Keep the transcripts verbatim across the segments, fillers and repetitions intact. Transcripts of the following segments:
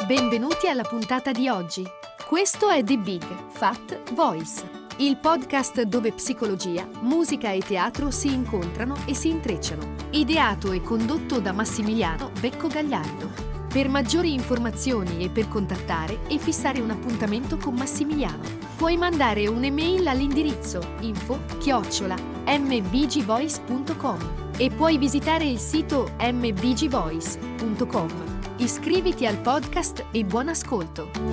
Benvenuti alla puntata di oggi. Questo è The Big Fat Voice, il podcast dove psicologia, musica e teatro si incontrano e si intrecciano. Ideato e condotto da Massimiliano Becco Gagliardo. Per maggiori informazioni e per contattare e fissare un appuntamento con Massimiliano, puoi mandare un'email all'indirizzo info chiocciola m b g voice punto com e puoi visitare il sito m b g voice punto com. Iscriviti al podcast e buon ascolto!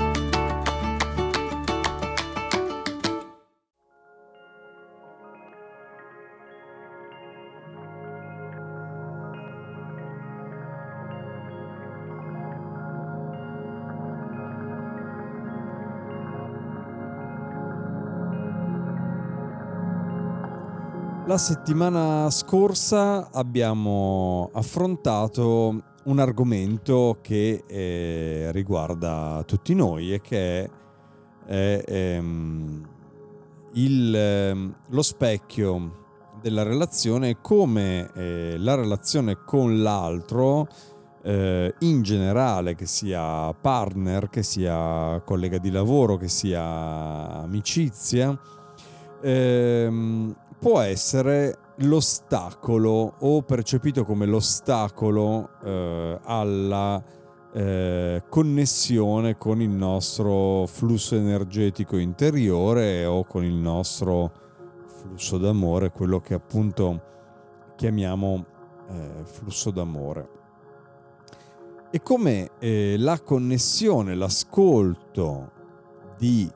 La settimana scorsa abbiamo affrontato un argomento che eh, riguarda tutti noi e che è, è ehm, il, ehm, lo specchio della relazione e come eh, la relazione con l'altro eh, in generale, che sia partner, che sia collega di lavoro, che sia amicizia, ehm, può essere l'ostacolo o percepito come l'ostacolo eh, alla eh, connessione con il nostro flusso energetico interiore o con il nostro flusso d'amore, quello che appunto chiamiamo eh, flusso d'amore. E come eh, la connessione, l'ascolto di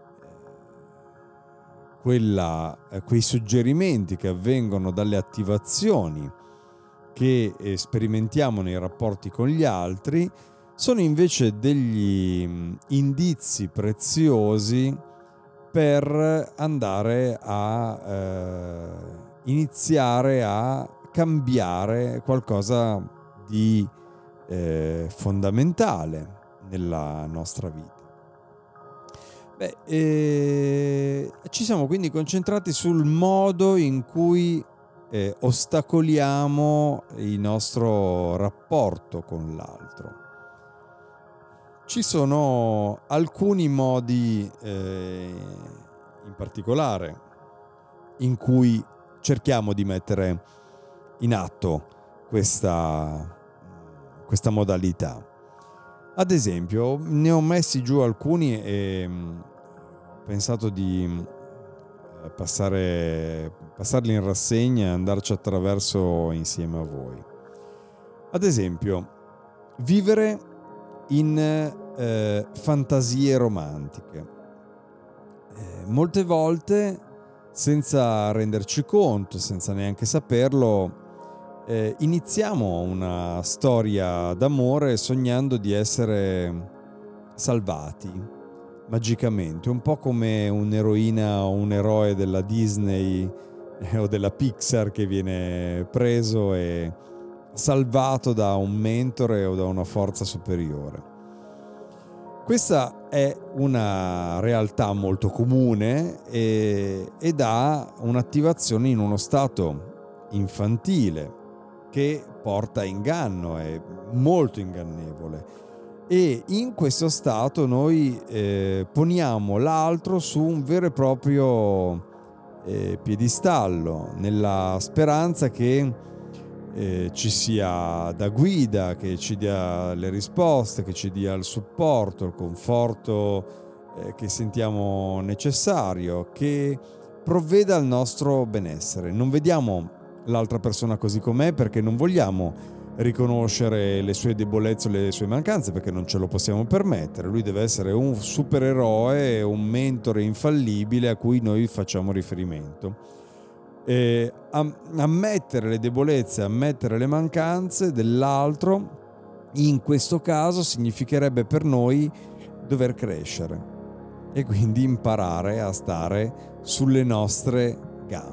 Quella, eh, quei suggerimenti che avvengono dalle attivazioni che eh, sperimentiamo nei rapporti con gli altri sono invece degli mh, indizi preziosi per andare a eh, iniziare a cambiare qualcosa di eh, fondamentale nella nostra vita. Beh, eh, ci siamo quindi concentrati sul modo in cui eh, ostacoliamo il nostro rapporto con l'altro. Ci sono alcuni modi eh, in particolare in cui cerchiamo di mettere in atto questa, questa modalità. Ad esempio, ne ho messi giù alcuni e ho pensato di passare, passarli in rassegna e andarci attraverso insieme a voi. Ad esempio, vivere in eh, fantasie romantiche. Eh, molte volte, senza renderci conto, senza neanche saperlo, Eh, iniziamo una storia d'amore sognando di essere salvati magicamente, un po' come un'eroina o un eroe della Disney eh, o della Pixar che viene preso e salvato da un mentore o da una forza superiore. Questa è una realtà molto comune e, ed ha un'attivazione in uno stato infantile che porta a inganno, è molto ingannevole, e in questo stato noi eh, poniamo l'altro su un vero e proprio eh, piedistallo, nella speranza che eh, ci sia da guida, che ci dia le risposte, che ci dia il supporto, il conforto eh, che sentiamo necessario, che provveda al nostro benessere. Non vediamo l'altra persona così com'è perché non vogliamo riconoscere le sue debolezze o le sue mancanze, perché non ce lo possiamo permettere. Lui deve essere un supereroe, un mentore infallibile a cui noi facciamo riferimento. E ammettere le debolezze, ammettere le mancanze dell'altro in questo caso significherebbe per noi dover crescere e quindi imparare a stare sulle nostre gambe.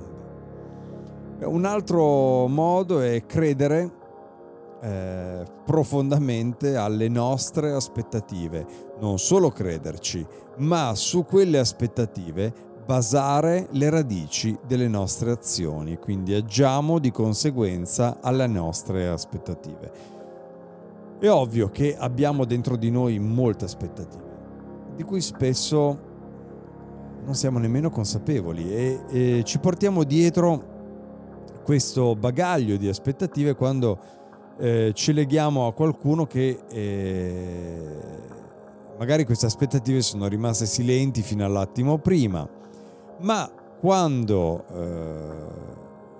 Un altro modo è credere eh, profondamente alle nostre aspettative, non solo crederci, ma su quelle aspettative basare le radici delle nostre azioni, quindi agiamo di conseguenza alle nostre aspettative. È ovvio che abbiamo dentro di noi molte aspettative, di cui spesso non siamo nemmeno consapevoli e, e ci portiamo dietro questo bagaglio di aspettative quando eh, ci leghiamo a qualcuno che eh, magari queste aspettative sono rimaste silenti fino all'attimo prima, ma quando eh,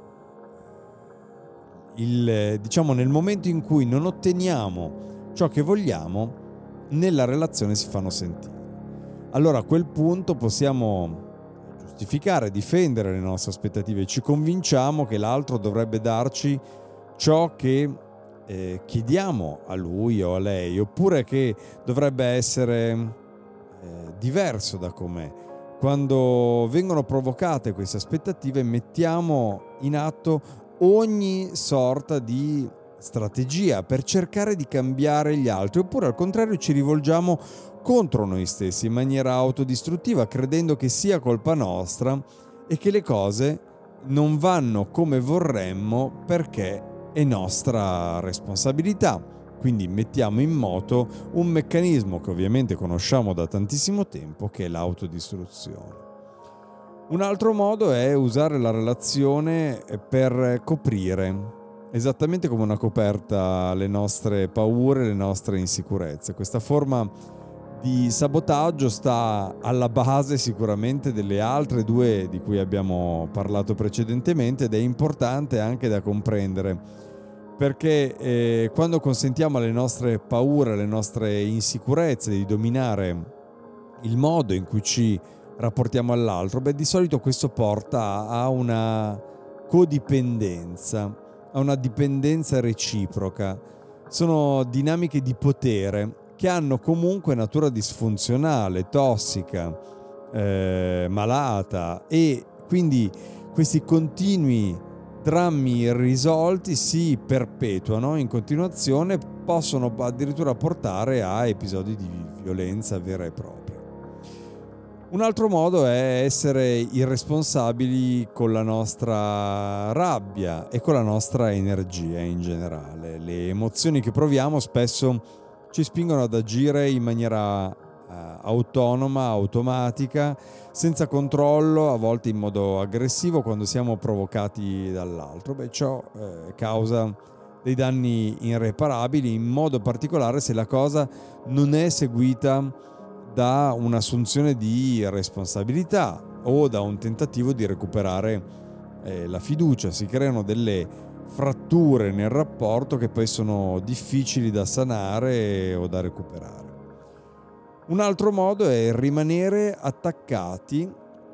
il, diciamo nel momento in cui non otteniamo ciò che vogliamo, nella relazione si fanno sentire. Allora a quel punto possiamo giustificare, difendere le nostre aspettative, ci convinciamo che l'altro dovrebbe darci ciò che eh, chiediamo a lui o a lei, oppure che dovrebbe essere eh, diverso da com'è. Quando vengono provocate queste aspettative mettiamo in atto ogni sorta di strategia per cercare di cambiare gli altri, oppure al contrario ci rivolgiamo contro noi stessi in maniera autodistruttiva, credendo che sia colpa nostra e che le cose non vanno come vorremmo perché è nostra responsabilità. Quindi mettiamo in moto un meccanismo che ovviamente conosciamo da tantissimo tempo, che è l'autodistruzione. Un altro modo è usare la relazione per coprire, esattamente come una coperta, le nostre paure, le nostre insicurezze. Questa forma di sabotaggio sta alla base sicuramente delle altre due di cui abbiamo parlato precedentemente, ed è importante anche da comprendere, perché eh, quando consentiamo alle nostre paure, alle nostre insicurezze di dominare il modo in cui ci rapportiamo all'altro, beh, di solito questo porta a una codipendenza, a una dipendenza reciproca. Sono dinamiche di potere che hanno comunque natura disfunzionale, tossica, eh, malata, e quindi questi continui drammi irrisolti si perpetuano in continuazione, possono addirittura portare a episodi di violenza vera e propria. Un altro modo è essere irresponsabili con la nostra rabbia e con la nostra energia in generale. Le emozioni che proviamo spesso ci spingono ad agire in maniera eh, autonoma, automatica, senza controllo, a volte in modo aggressivo quando siamo provocati dall'altro. Beh, ciò eh, causa dei danni irreparabili, in modo particolare se la cosa non è seguita da un'assunzione di responsabilità o da un tentativo di recuperare eh, la fiducia. Si creano delle fratture nel rapporto che poi sono difficili da sanare o da recuperare. Un altro modo è rimanere attaccati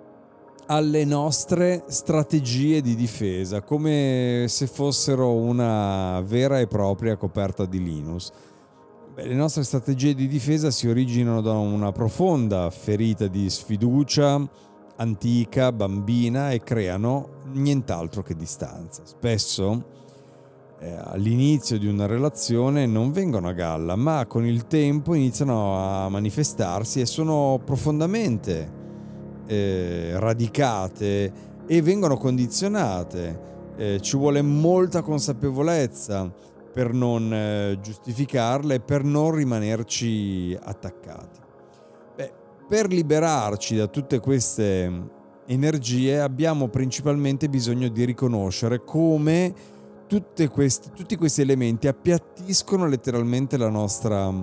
alle nostre strategie di difesa, come se fossero una vera e propria coperta di Linus. Beh, le nostre strategie di difesa si originano da una profonda ferita di sfiducia antica, bambina, e creano nient'altro che distanza. Spesso eh, all'inizio di una relazione non vengono a galla, ma con il tempo iniziano a manifestarsi e sono profondamente eh, radicate e vengono condizionate. Eh, ci vuole molta consapevolezza per non eh, giustificarle e per non rimanerci attaccati. Beh, per liberarci da tutte queste energie abbiamo principalmente bisogno di riconoscere come tutte queste, tutti questi elementi appiattiscono letteralmente la nostra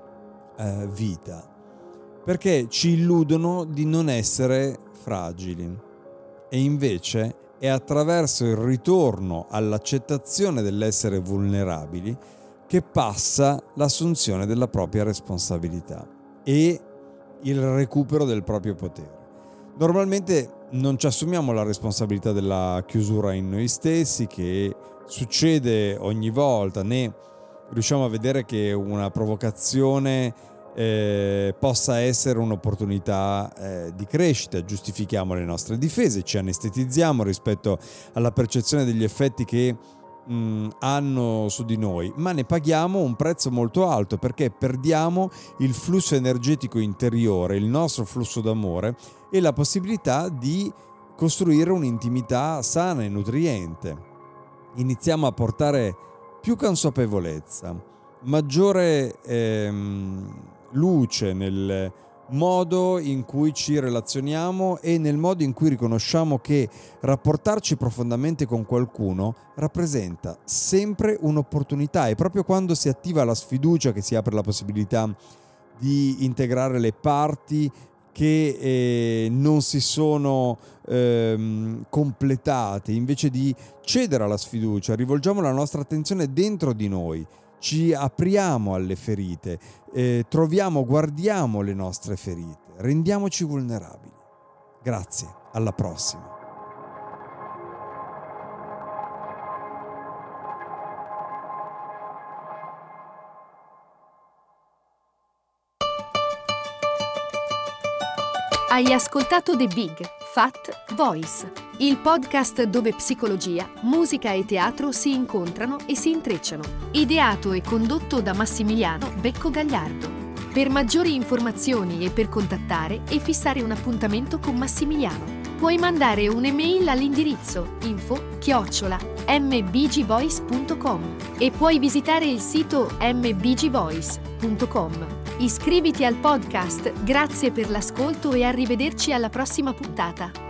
eh, vita, perché ci illudono di non essere fragili, e invece è attraverso il ritorno all'accettazione dell'essere vulnerabili che passa l'assunzione della propria responsabilità e il recupero del proprio potere. Normalmente non ci assumiamo la responsabilità della chiusura in noi stessi, che succede ogni volta, né riusciamo a vedere che una provocazione Eh, possa essere un'opportunità eh, di crescita. Giustifichiamo le nostre difese, ci anestetizziamo rispetto alla percezione degli effetti che mh, hanno su di noi, ma ne paghiamo un prezzo molto alto, perché perdiamo il flusso energetico interiore, il nostro flusso d'amore e la possibilità di costruire un'intimità sana e nutriente. Iniziamo a portare più consapevolezza maggiore ehm, luce nel modo in cui ci relazioniamo e nel modo in cui riconosciamo che rapportarci profondamente con qualcuno rappresenta sempre un'opportunità. E proprio quando si attiva la sfiducia che si apre la possibilità di integrare le parti che eh, non si sono ehm, completate, invece di cedere alla sfiducia, rivolgiamo la nostra attenzione dentro di noi, ci apriamo alle ferite, eh, troviamo, guardiamo le nostre ferite, rendiamoci vulnerabili. Grazie, alla prossima. Hai ascoltato The Big Fat Voice, il podcast dove psicologia, musica e teatro si incontrano e si intrecciano. Ideato e condotto da Massimiliano Becco Gagliardo. Per maggiori informazioni e per contattare e fissare un appuntamento con Massimiliano, puoi mandare un'email all'indirizzo info chiocciola m b g voice punto com e puoi visitare il sito m b g voice punto com. Iscriviti al podcast, grazie per l'ascolto e arrivederci alla prossima puntata.